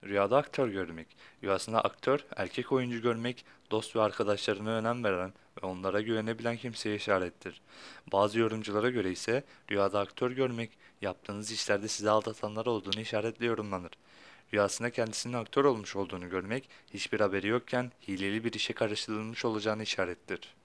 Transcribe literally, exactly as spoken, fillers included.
Rüyada aktör görmek. Rüyasında aktör, erkek oyuncu görmek, dost ve arkadaşlarına önem veren ve onlara güvenebilen kimseye işarettir. Bazı yorumculara göre ise rüyada aktör görmek, yaptığınız işlerde sizi aldatanlar olduğunu işaretli yorumlanır. Rüyasında kendisinin aktör olmuş olduğunu görmek, hiçbir haberi yokken hileli bir işe karıştırılmış olacağını işarettir.